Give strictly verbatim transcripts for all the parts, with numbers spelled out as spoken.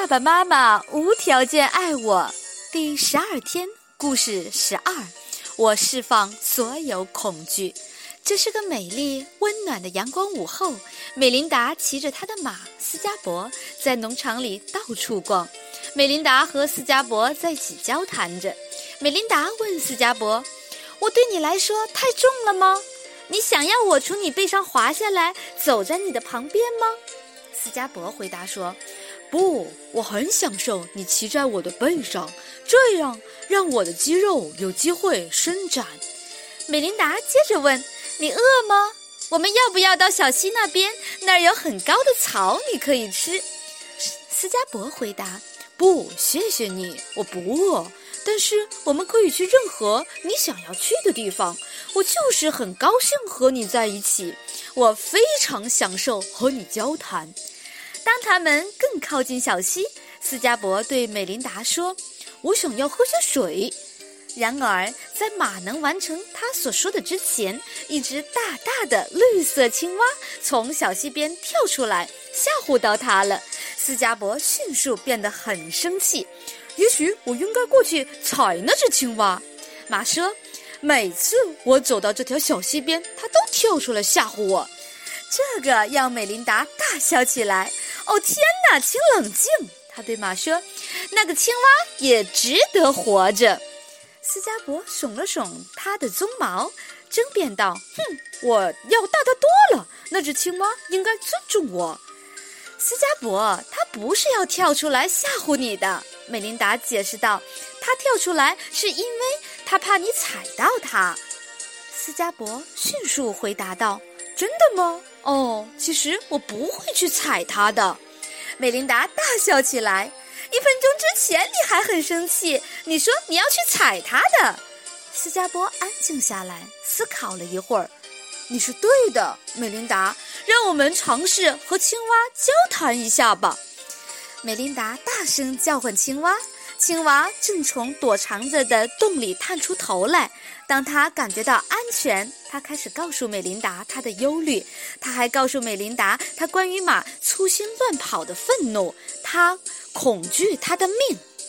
爸爸妈妈无条件爱我第十二天，故事十二，我释放所有恐惧。这是个美丽温暖的阳光午后，美琳达骑着她的马斯嘉伯在农场里到处逛。美琳达和斯嘉伯在一起交谈着。美琳达问斯嘉伯，我对你来说太重了吗？你想要我从你背上滑下来，走在你的旁边吗？斯嘉伯回答说，不，我很享受你骑在我的背上，这样让我的肌肉有机会伸展。美琳达接着问，你饿吗？我们要不要到小溪那边，那儿有很高的草你可以吃。斯嘉伯回答，不，谢谢你，我不饿，但是我们可以去任何你想要去的地方，我就是很高兴和你在一起，我非常享受和你交谈。当他们更靠近小溪，斯嘉伯对美琳达说，我想要喝些水。然而在马能完成他所说的之前，一只大大的绿色青蛙从小溪边跳出来，吓唬到他了。斯嘉伯迅速变得很生气，也许我应该过去踩那只青蛙。马说，每次我走到这条小溪边，它都跳出来吓唬我。这个让美琳达大笑起来。哦天哪，请冷静，他对马说，那个青蛙也值得活着。斯嘉伯耸了耸他的鬃毛，争辩道，哼，我要大得多了，那只青蛙应该尊重我。斯嘉伯，他不是要跳出来吓唬你的，美琳达解释道，他跳出来是因为他怕你踩到他。斯嘉伯迅速回答道，真的吗？哦，其实我不会去踩它的。美琳达大笑起来，一分钟之前你还很生气，你说你要去踩它的。斯嘉伯安静下来，思考了一会儿，你是对的，美琳达，让我们尝试和青蛙交谈一下吧。美琳达大声叫唤青蛙，青蛙正从躲藏着的洞里探出头来。当他感觉到安全，他开始告诉美琳达他的忧虑，他还告诉美琳达他关于马粗心乱跑的愤怒，他恐惧他的命。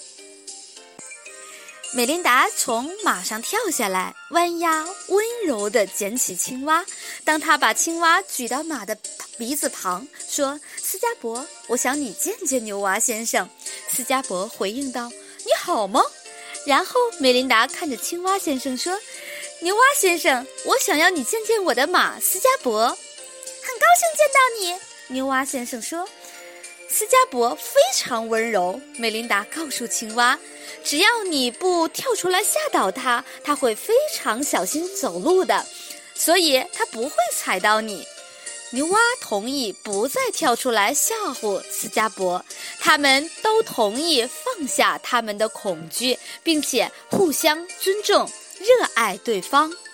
美琳达从马上跳下来，弯腰温柔地捡起青蛙。当他把青蛙举到马的鼻子旁，说，斯嘉伯，我想你见见牛蛙先生。斯嘉伯回应道，你好吗？然后美琳达看着青蛙先生说，牛蛙先生，我想要你见见我的马斯嘉伯。很高兴见到你，牛蛙先生说。斯嘉伯非常温柔，美琳达告诉青蛙，只要你不跳出来吓倒它，它会非常小心走路的，所以它不会踩到你。牛蛙同意不再跳出来吓唬斯嘉伯，他们都同意放下他们的恐惧，并且互相尊重，热爱对方。